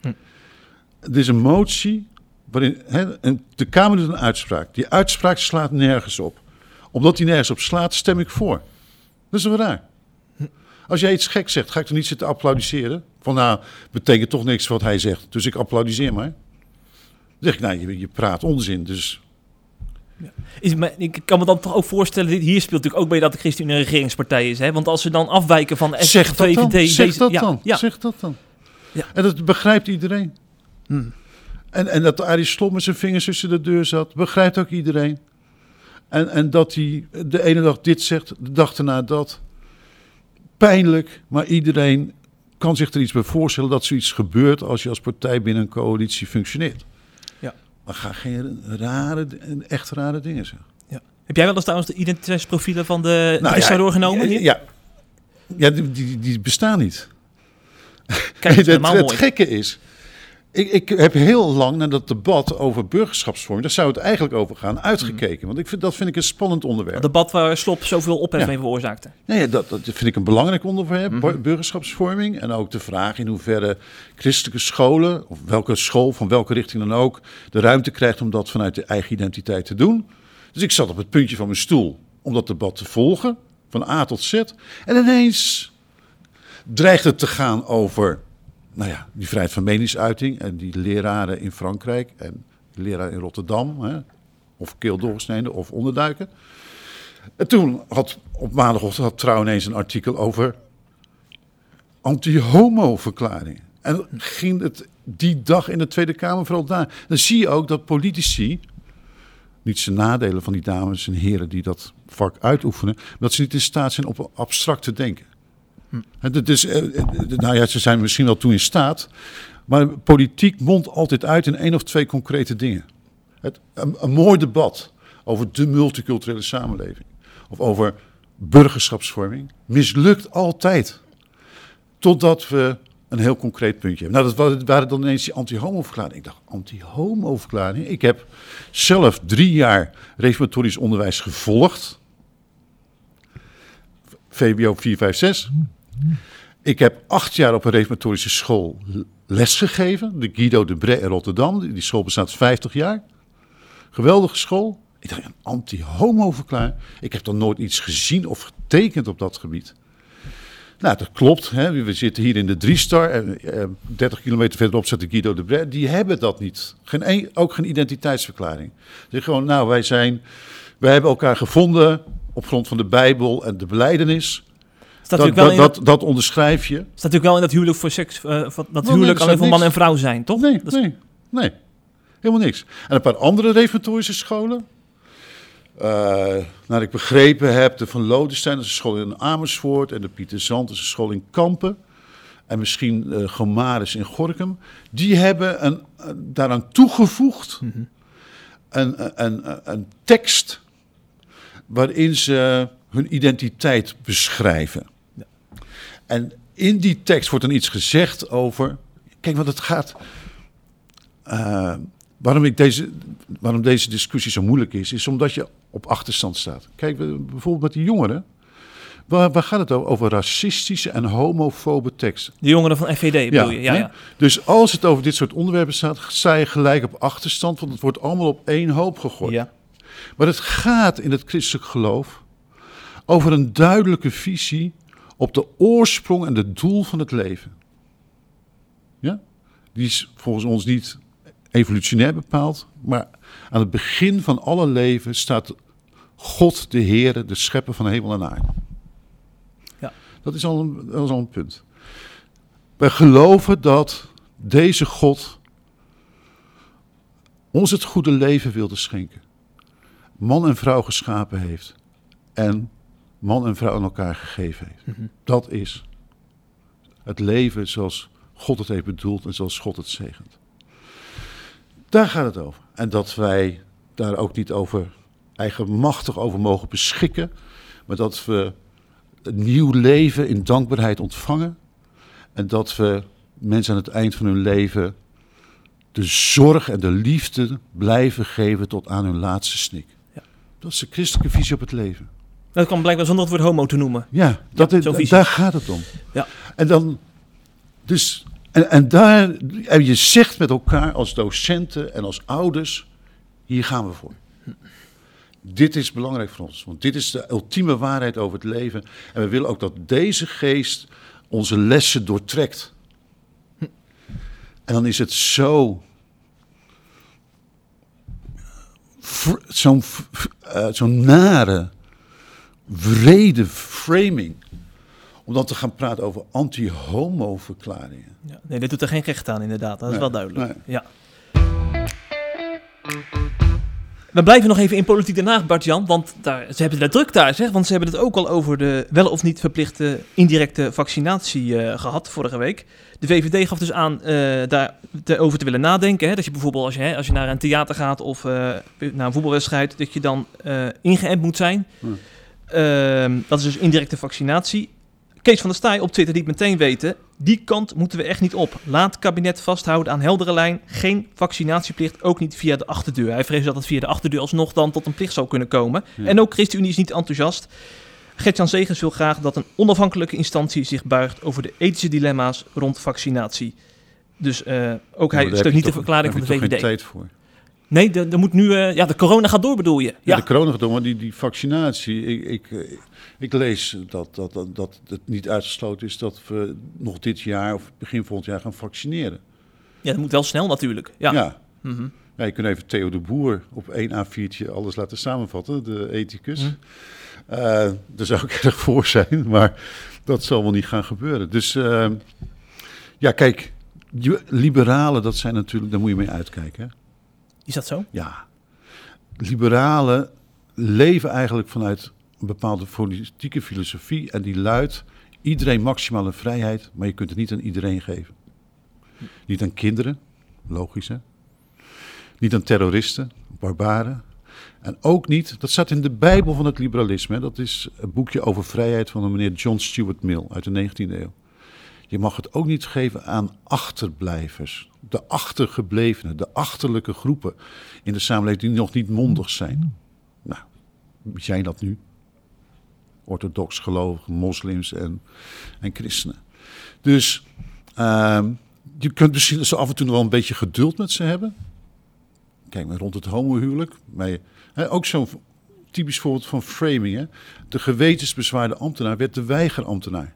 Het is een motie waarin de Kamer doet een uitspraak. Die uitspraak slaat nergens op. Omdat die nergens op slaat, stem ik voor. Dat is wel raar. Als jij iets gek zegt, ga ik toch niet zitten applaudisseren? Van nou, betekent toch niks wat hij zegt, dus ik applaudisseer maar. Dan zeg ik, nou, je praat onzin, dus... Ja. Ik kan me dan toch ook voorstellen, hier speelt natuurlijk ook bij dat de ChristenUnie een regeringspartij is. Hè? Want als ze dan afwijken van de VVD... Zeg dat dan. Ja. En dat begrijpt iedereen. En dat Arie Slob met zijn vingers tussen de deur zat, begrijpt ook iedereen. En dat hij de ene dag dit zegt, de dag daarna dat. Pijnlijk, maar iedereen kan zich er iets bij voorstellen dat zoiets gebeurt als je als partij binnen een coalitie functioneert. Ja. Maar ga geen echt rare dingen zeggen. Ja. Heb jij wel eens trouwens de identiteitsprofielen van de Israël doorgenomen? Ja, die bestaan niet. Kijk, het gekke is, ik heb heel lang naar dat debat over burgerschapsvorming, daar zou het eigenlijk over gaan, uitgekeken. Want dat vind ik een spannend onderwerp. Het debat waar Slob zoveel ophef mee veroorzaakte. Nee, dat vind ik een belangrijk onderwerp, burgerschapsvorming. En ook de vraag in hoeverre christelijke scholen, of welke school, van welke richting dan ook, de ruimte krijgt om dat vanuit de eigen identiteit te doen. Dus ik zat op het puntje van mijn stoel om dat debat te volgen, van A tot Z. En ineens dreigt het te gaan over... Nou ja, die vrijheid van meningsuiting en die leraren in Frankrijk en die leraar in Rotterdam, of keel doorgesneden of onderduiken. En toen op maandagochtend Trouw ineens een artikel over anti-homo-verklaringen. En ging het die dag in de Tweede Kamer vooral daar. Dan zie je ook dat politici, niet zijn nadelen van die dames en heren die dat vak uitoefenen, dat ze niet in staat zijn op abstract te denken. Dus, ze zijn misschien wel toe in staat, maar politiek mondt altijd uit in 1 of 2 concrete dingen. Een mooi debat over de multiculturele samenleving of over burgerschapsvorming mislukt altijd. Totdat we een heel concreet puntje hebben. Nou, dat waren dan ineens die anti-homo-verklaringen. Ik dacht, anti-homo-verklaringen? Ik heb zelf 3 jaar reformatorisch onderwijs gevolgd. VWO 456. Ik heb 8 jaar op een reformatorische school lesgegeven. De Guido de Brès in Rotterdam. Die school bestaat 50 jaar. Geweldige school. Ik dacht, een anti-homo-verklaring. Ik heb dan nooit iets gezien of getekend op dat gebied. Nou, dat klopt. Hè. We zitten hier in de 3-star. 30 kilometer verderop zit de Guido de Brès. Die hebben dat niet. Ook geen identiteitsverklaring. Zeg gewoon, nou, wij hebben elkaar gevonden op grond van de Bijbel en de belijdenis. Dat onderschrijf je. Staat natuurlijk wel in dat huwelijk voor seks, dat huwelijk alleen voor man en vrouw zijn, toch? Nee, helemaal niks. En een paar andere reformatorische scholen, naar ik begrepen heb, de Van Lodenstein, dat is een school in Amersfoort, en de Pieter Zand is een school in Kampen, en misschien Gomaris in Gorinchem, die hebben daaraan toegevoegd een tekst waarin ze hun identiteit beschrijven. Ja. En in die tekst wordt dan iets gezegd over, kijk, want het gaat, waarom deze discussie zo moeilijk is omdat je op achterstand staat. Kijk, bijvoorbeeld met die jongeren. Waar gaat het over? Over racistische en homofobe teksten. De jongeren van FVD bedoel je? Ja. Dus als het over dit soort onderwerpen staat, sta je gelijk op achterstand, want het wordt allemaal op één hoop gegooid. Ja. Maar het gaat in het christelijk geloof over een duidelijke visie op de oorsprong en het doel van het leven. Ja? Die is volgens ons niet evolutionair bepaald, maar aan het begin van alle leven staat God, de Heere, de schepper van hemel en aarde. Ja. Dat is al een punt. Wij geloven dat deze God ons het goede leven wilde schenken. Man en vrouw geschapen heeft en man en vrouw aan elkaar gegeven heeft. Mm-hmm. Dat is het leven zoals God het heeft bedoeld en zoals God het zegent. Daar gaat het over. En dat wij daar ook niet eigenmachtig over mogen beschikken, maar dat we een nieuw leven in dankbaarheid ontvangen en dat we mensen aan het eind van hun leven de zorg en de liefde blijven geven tot aan hun laatste snik. Ja. Dat is de christelijke visie op het leven. Dat kan blijkbaar zonder het woord homo te noemen. Ja, daar gaat het om. Ja. En dan, dus, en je zegt met elkaar als docenten en als ouders, hier gaan we voor. Dit is belangrijk voor ons, want dit is de ultieme waarheid over het leven. En we willen ook dat deze geest onze lessen doortrekt. En dan is het zo'n nare, wrede framing om dan te gaan praten over anti-homo-verklaringen. Ja, nee, dit doet er geen recht aan inderdaad, dat is wel duidelijk. Nee. Ja. We blijven nog even in Politiek Den Haag, Bart-Jan, want ze hebben het druk daar, zeg. Want ze hebben het ook al over de wel of niet verplichte indirecte vaccinatie gehad vorige week. De VVD gaf dus aan daarover te willen nadenken. Hè? Dat je bijvoorbeeld als je naar een theater gaat of naar een voetbalwedstrijd, dat je dan ingeënt moet zijn. Dat is dus indirecte vaccinatie. Kees van der Staaij op Twitter liet meteen weten, die kant moeten we echt niet op. Laat het kabinet vasthouden aan heldere lijn. Geen vaccinatieplicht, ook niet via de achterdeur. Hij vreest dat het via de achterdeur alsnog dan tot een plicht zou kunnen komen. Ja. En ook ChristenUnie is niet enthousiast. Gert-Jan Segers wil graag dat een onafhankelijke instantie zich buigt over de ethische dilemma's rond vaccinatie. Dus ook hij steunt niet de verklaring van de VVD. Daar heb je toch geen tijd voor? Nee, er moet nu... de corona gaat door, bedoel je? Ja, de corona gaat door, maar die vaccinatie... Ik lees dat het niet uitgesloten is dat we nog dit jaar of begin volgend jaar gaan vaccineren. Ja, dat moet wel snel natuurlijk. Ja. Mm-hmm. Ja, je kunt even Theo de Boer op 1 A4'tje alles laten samenvatten, de ethicus. Daar zou ik erg voor zijn, maar dat zal wel niet gaan gebeuren. Dus kijk, liberalen, dat zijn natuurlijk, daar moet je mee uitkijken. Hè? Is dat zo? Ja. Liberalen leven eigenlijk vanuit een bepaalde politieke filosofie en die luidt, iedereen maximale vrijheid, maar je kunt het niet aan iedereen geven. Niet aan kinderen, logisch hè. Niet aan terroristen, barbaren. En ook niet, dat staat in de Bijbel van het liberalisme, hè? Dat is een boekje over vrijheid van een meneer John Stuart Mill uit de 19e eeuw. Je mag het ook niet geven aan achterblijvers, de achtergeblevenen, de achterlijke groepen in de samenleving die nog niet mondig zijn. Nou, zijn dat nu? Orthodox gelovigen, moslims en christenen. Dus je kunt misschien zo af en toe nog wel een beetje geduld met ze hebben. Kijk maar rond het homohuwelijk. Maar, ook zo'n typisch voorbeeld van framing. Hè? De gewetensbezwaarde ambtenaar werd de weigerambtenaar.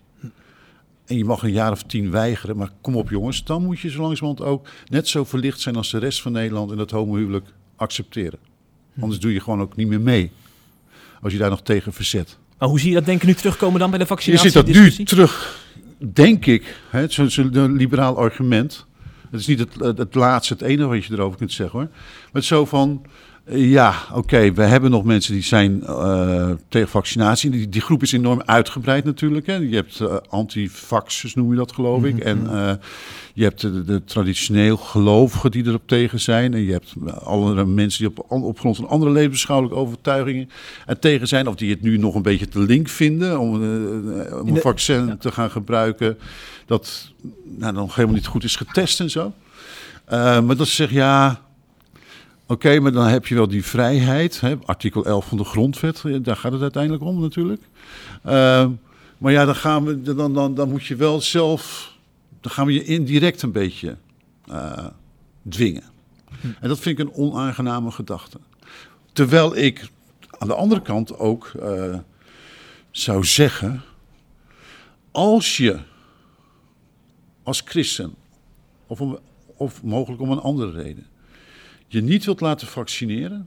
En je mag een jaar of 10 weigeren, maar kom op jongens, dan moet je zo langzamerhand ook net zo verlicht zijn als de rest van Nederland en dat homohuwelijk accepteren. Anders doe je gewoon ook niet meer mee. Als je daar nog tegen verzet. Maar hoe zie je dat denken nu terugkomen dan bij de vaccinatie? Je ziet dat nu terug, denk ik, zo'n liberaal argument. Het is niet het laatste, het enige wat je erover kunt zeggen hoor. Maar zo van, Ja, oké. We hebben nog mensen die zijn tegen vaccinatie. Die groep is enorm uitgebreid natuurlijk. Hè. Je hebt antivaxers, noem je dat geloof ik. En je hebt de traditioneel gelovigen die erop tegen zijn. En je hebt andere mensen die op grond van andere levensbeschouwelijke overtuigingen er tegen zijn. Of die het nu nog een beetje te link vinden om een vaccin te gaan gebruiken. Dat nog helemaal niet goed is getest en zo. Maar dat ze zeggen, ja... Oké, maar dan heb je wel die vrijheid. Hè? Artikel 11 van de grondwet, daar gaat het uiteindelijk om natuurlijk. Maar ja, dan moet je wel zelf... Dan gaan we je indirect een beetje dwingen. En dat vind ik een onaangename gedachte. Terwijl ik aan de andere kant ook zou zeggen... Als je als christen, of mogelijk om een andere reden... je niet wilt laten vaccineren,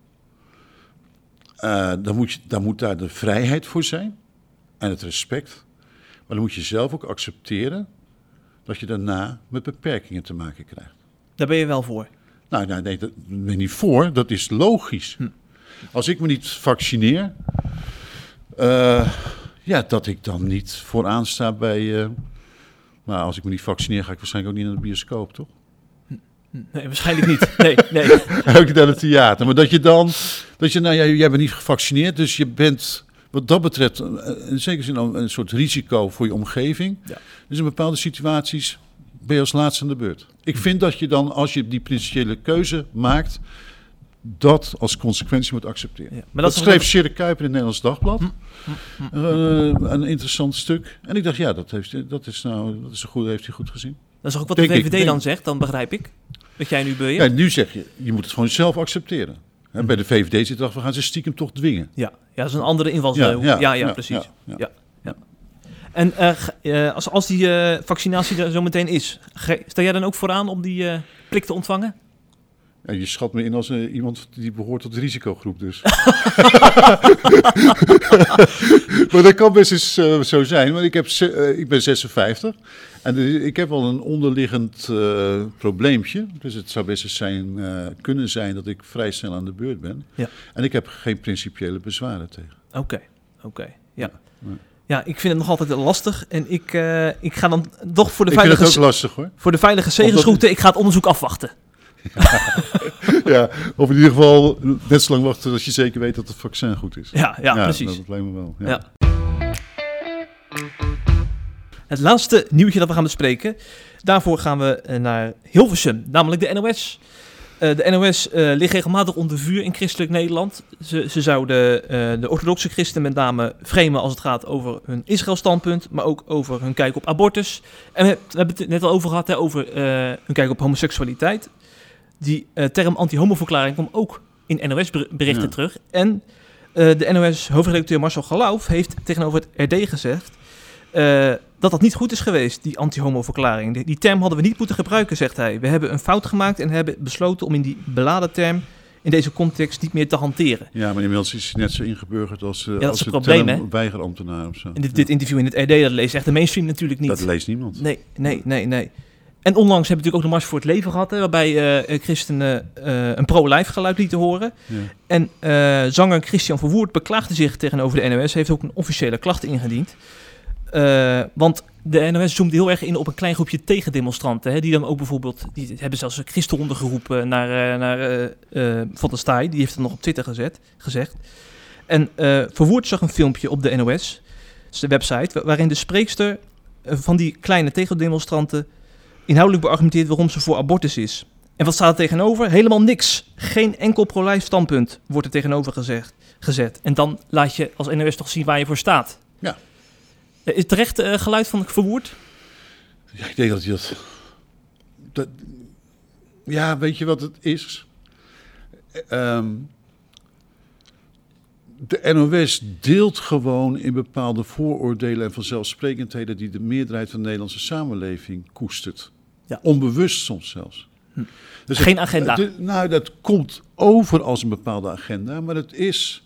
dan moet daar de vrijheid voor zijn en het respect. Maar dan moet je zelf ook accepteren dat je daarna met beperkingen te maken krijgt. Daar ben je wel voor? Nee, daar ben ik niet voor. Dat is logisch. Als ik me niet vaccineer, dat ik dan niet vooraan sta bij... maar als ik me niet vaccineer, ga ik waarschijnlijk ook niet naar de bioscoop, toch? Nee, waarschijnlijk niet. Nee. Ook naar het theater. Maar jij bent niet gevaccineerd, dus je bent wat dat betreft in zekere zin een soort risico voor je omgeving. Ja. Dus in bepaalde situaties ben je als laatste aan de beurt. Ik vind dat je dan, als je die principiële keuze maakt, dat als consequentie moet accepteren. Ja, maar dat schreef Sjerre Kuiper in het Nederlands Dagblad. Een interessant stuk. En ik dacht, ja, dat heeft hij goed gezien. Dat is ook wat de VVD dan zegt, dan begrijp ik. Dat jij nu beheert. Ja, nu zeg je moet het gewoon zelf accepteren. Bij de VVD zit er, we gaan ze stiekem toch dwingen. Ja, dat is een andere invalshoek. Ja, precies. Ja. En als die vaccinatie er zo meteen is, sta jij dan ook vooraan om die prik te ontvangen? Ja, je schat me in als iemand die behoort tot de risicogroep dus. Maar dat kan best eens zo zijn. Want ik ben 56 en ik heb al een onderliggend probleempje. Dus het zou best eens kunnen zijn dat ik vrij snel aan de beurt ben. Ja. En ik heb geen principiële bezwaren tegen. Oké. Ja, ik vind het nog altijd lastig. En ik ga dan toch voor de veilige... Ik vind het ook lastig hoor. Voor de veilige zegensroute, ik ga het onderzoek afwachten. Ja, of in ieder geval net zo lang wachten dat je zeker weet dat het vaccin goed is. Ja, precies. Dat lijkt me wel. Ja. Het laatste nieuwtje dat we gaan bespreken. Daarvoor gaan we naar Hilversum, namelijk de NOS. De NOS ligt regelmatig onder vuur in christelijk Nederland. Ze zouden de orthodoxe christenen met name framen als het gaat over hun Israël-standpunt, maar ook over hun kijk op abortus. En we hebben het net al over gehad, over hun kijk op homoseksualiteit. Die term anti-homo-verklaring komt ook in NOS-berichten terug. En de NOS-hoofdredacteur Marcel Galauf heeft tegenover het RD gezegd dat niet goed is geweest, die anti-homo-verklaring. Die term hadden we niet moeten gebruiken, zegt hij. We hebben een fout gemaakt en hebben besloten om in die beladen term in deze context niet meer te hanteren. Ja, maar inmiddels is hij net zo ingeburgerd als dat is het probleem, hè? Weigerambtenaar of zo. En dit interview in het RD, dat leest echt de mainstream natuurlijk niet. Dat leest niemand. Nee. En onlangs hebben we natuurlijk ook de Mars voor het Leven gehad, hè, waarbij christenen een pro-life geluid lieten horen. Ja. En zanger Christian Verwoerd beklaagde zich tegenover de NOS, heeft ook een officiële klacht ingediend. Want de NOS zoomt heel erg in op een klein groepje tegendemonstranten. Hè, die dan ook bijvoorbeeld, die hebben zelfs christenhonden geroepen naar Van der Staaij. Die heeft het nog op Twitter gezegd. En Verwoerd zag een filmpje op de NOS, de website, waarin de spreekster van die kleine tegendemonstranten inhoudelijk beargumenteert waarom ze voor abortus is. En wat staat er tegenover? Helemaal niks. Geen enkel pro-life standpunt wordt er tegenover gezet. En dan laat je als NOS toch zien waar je voor staat. Ja. Is het terecht geluid van Verwoerd? Ja, ik denk dat hij dat... Ja, weet je wat het is? De NOS deelt gewoon in bepaalde vooroordelen en vanzelfsprekendheden die de meerderheid van de Nederlandse samenleving koestert. Ja. Onbewust soms zelfs. Dus geen agenda? Dat komt over als een bepaalde agenda, maar het is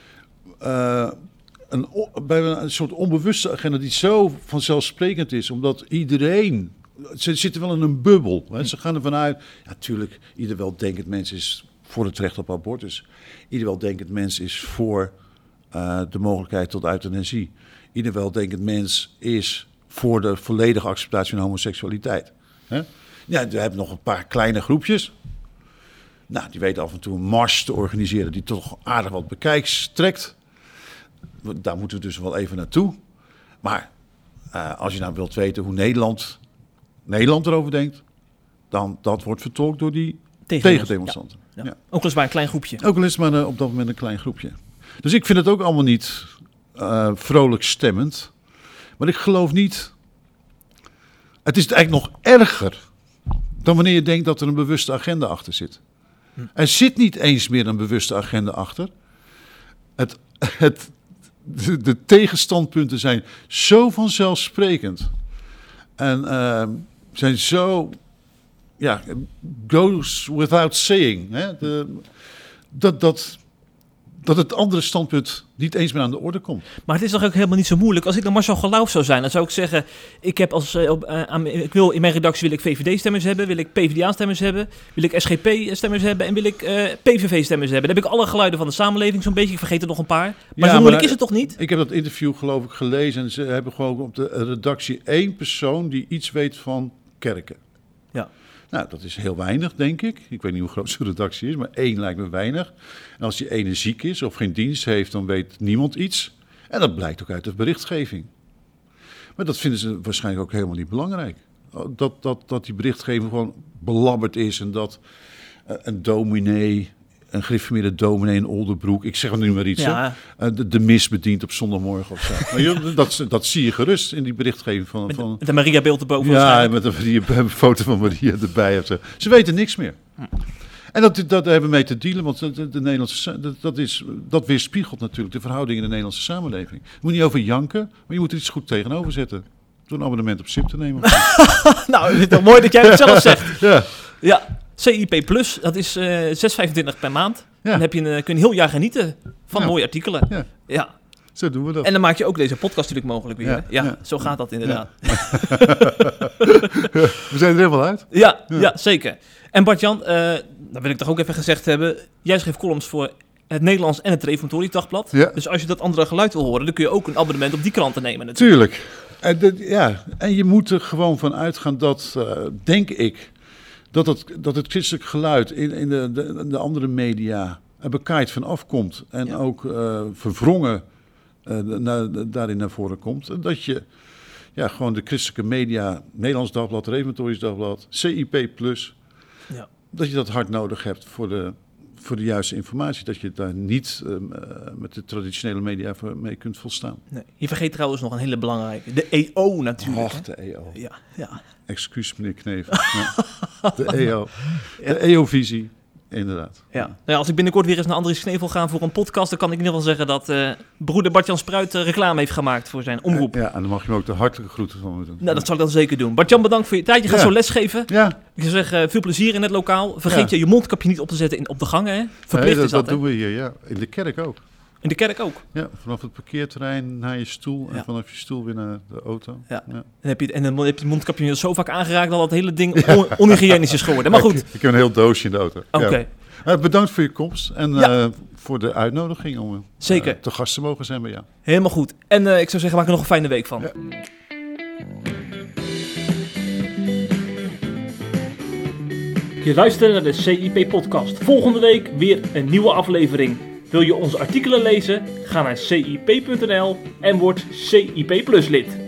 een soort onbewuste agenda die zo vanzelfsprekend is, omdat iedereen... Ze zitten wel in een bubbel. Hè. Ze gaan ervan uit... Ja, natuurlijk, ieder weldenkend mens is voor het recht op abortus. Ieder weldenkend mens is voor de mogelijkheid tot euthanasie. Ieder weldenkend mens is voor de volledige acceptatie van homoseksualiteit. Hè? Ja, we hebben nog een paar kleine groepjes. Nou, die weten af en toe een mars te organiseren die toch aardig wat bekijks trekt. Daar moeten we dus wel even naartoe. Maar als je nou wilt weten hoe Nederland erover denkt, dan dat wordt vertolkt door die tegendemonstranten. Ja. Ja. Ook al is maar een klein groepje. Ook al is het maar op dat moment een klein groepje. Dus ik vind het ook allemaal niet vrolijk stemmend. Maar ik geloof niet. Het is eigenlijk nog erger dan wanneer je denkt dat er een bewuste agenda achter zit. Er zit niet eens meer een bewuste agenda achter. De tegenstandpunten zijn zo vanzelfsprekend. En zijn zo... Ja, goes without saying. Hè? Dat het andere standpunt niet eens meer aan de orde komt. Maar het is toch ook helemaal niet zo moeilijk. Als ik dan Marcel Geloof zou zijn, dan zou ik zeggen... Ik wil in mijn redactie wil ik VVD-stemmers hebben, wil ik PvdA-stemmers hebben, wil ik SGP-stemmers hebben en wil ik PVV-stemmers hebben. Dan heb ik alle geluiden van de samenleving zo'n beetje. Ik vergeet er nog een paar. Maar zo moeilijk is het toch niet? Ik heb dat interview geloof ik gelezen en ze hebben gewoon op de redactie 1 persoon die iets weet van kerken. Ja. Nou, dat is heel weinig, denk ik. Ik weet niet hoe groot zijn redactie is, maar 1 lijkt me weinig. En als die ene ziek is of geen dienst heeft, dan weet niemand iets. En dat blijkt ook uit de berichtgeving. Maar dat vinden ze waarschijnlijk ook helemaal niet belangrijk. Dat die berichtgeving gewoon belabberd is en dat een dominee, een gereformeerde dominee in Oldenbroek, ik zeg het nu maar iets, ja. De mis bedient op zondagmorgen of zo. Maar dat zie je gerust in die berichtgeving van met de Maria-beeld erboven. Ja, met een foto van Maria erbij. Of zo. Ze weten niks meer. En dat hebben we mee te dealen, want de Nederlandse, dat weerspiegelt natuurlijk de verhouding in de Nederlandse samenleving. Je moet niet over janken, maar je moet er iets goed tegenover zetten. Door een abonnement op SIP te nemen. Nou, het is toch mooi dat jij het zelf zegt. Ja. CIP Plus, dat is $6,25 per maand. Ja. Dan kun je een heel jaar genieten van mooie artikelen. Ja. Zo doen we dat. En dan maak je ook deze podcast natuurlijk mogelijk weer. Ja, zo gaat dat inderdaad. Ja. We zijn er helemaal uit. Ja, zeker. En Bart-Jan, dat wil ik toch ook even gezegd hebben. Jij schreef columns voor het Nederlands en het Reformatorisch Dagblad. Ja. Dus als je dat andere geluid wil horen, dan kun je ook een abonnement op die kranten nemen natuurlijk. Tuurlijk. En je moet er gewoon van uitgaan dat, denk ik, dat het christelijk geluid in de andere media er bekaaid van afkomt. En ook verwrongen daarin naar voren komt. En dat je gewoon de christelijke media, Nederlands Dagblad, Reformatorisch Dagblad, CIP Plus, dat je dat hard nodig hebt voor de juiste informatie. Dat je daar niet met de traditionele media mee kunt volstaan. Nee. Je vergeet trouwens nog een hele belangrijke. De EO natuurlijk. Ach, de EO. Ja. Excuus meneer Knevel. De EO. De EO-visie. Inderdaad. Ja. Nou, als ik binnenkort weer eens naar Andries Knevel ga voor een podcast, dan kan ik in ieder geval zeggen dat broeder Bart-Jan Spruit reclame heeft gemaakt voor zijn omroep. Ja, en dan mag je me ook de hartelijke groeten van me doen. Nou, dat zal ik dan zeker doen. Bart-Jan, bedankt voor je tijd. Je gaat zo lesgeven. Ja. Ik zou zeggen, veel plezier in het lokaal. Vergeet je mondkapje niet op te zetten op de gangen. Hè? Verplicht is dat. Dat doen we hier, ja. In de kerk ook. In de kerk ook? Ja, vanaf het parkeerterrein naar je stoel en vanaf je stoel weer naar de auto. Ja. Dan heb je het mondkapje zo vaak aangeraakt dat het hele ding onhygiënisch is geworden. Maar goed. Ik heb een heel doosje in de auto. Oké. Bedankt voor je komst en voor de uitnodiging om zeker te gast te mogen zijn bij jou. Helemaal goed. En ik zou zeggen, maak er nog een fijne week van. Ja. Je luistert naar de CIP-podcast. Volgende week weer een nieuwe aflevering. Wil je onze artikelen lezen? Ga naar cip.nl en word CIP Plus lid.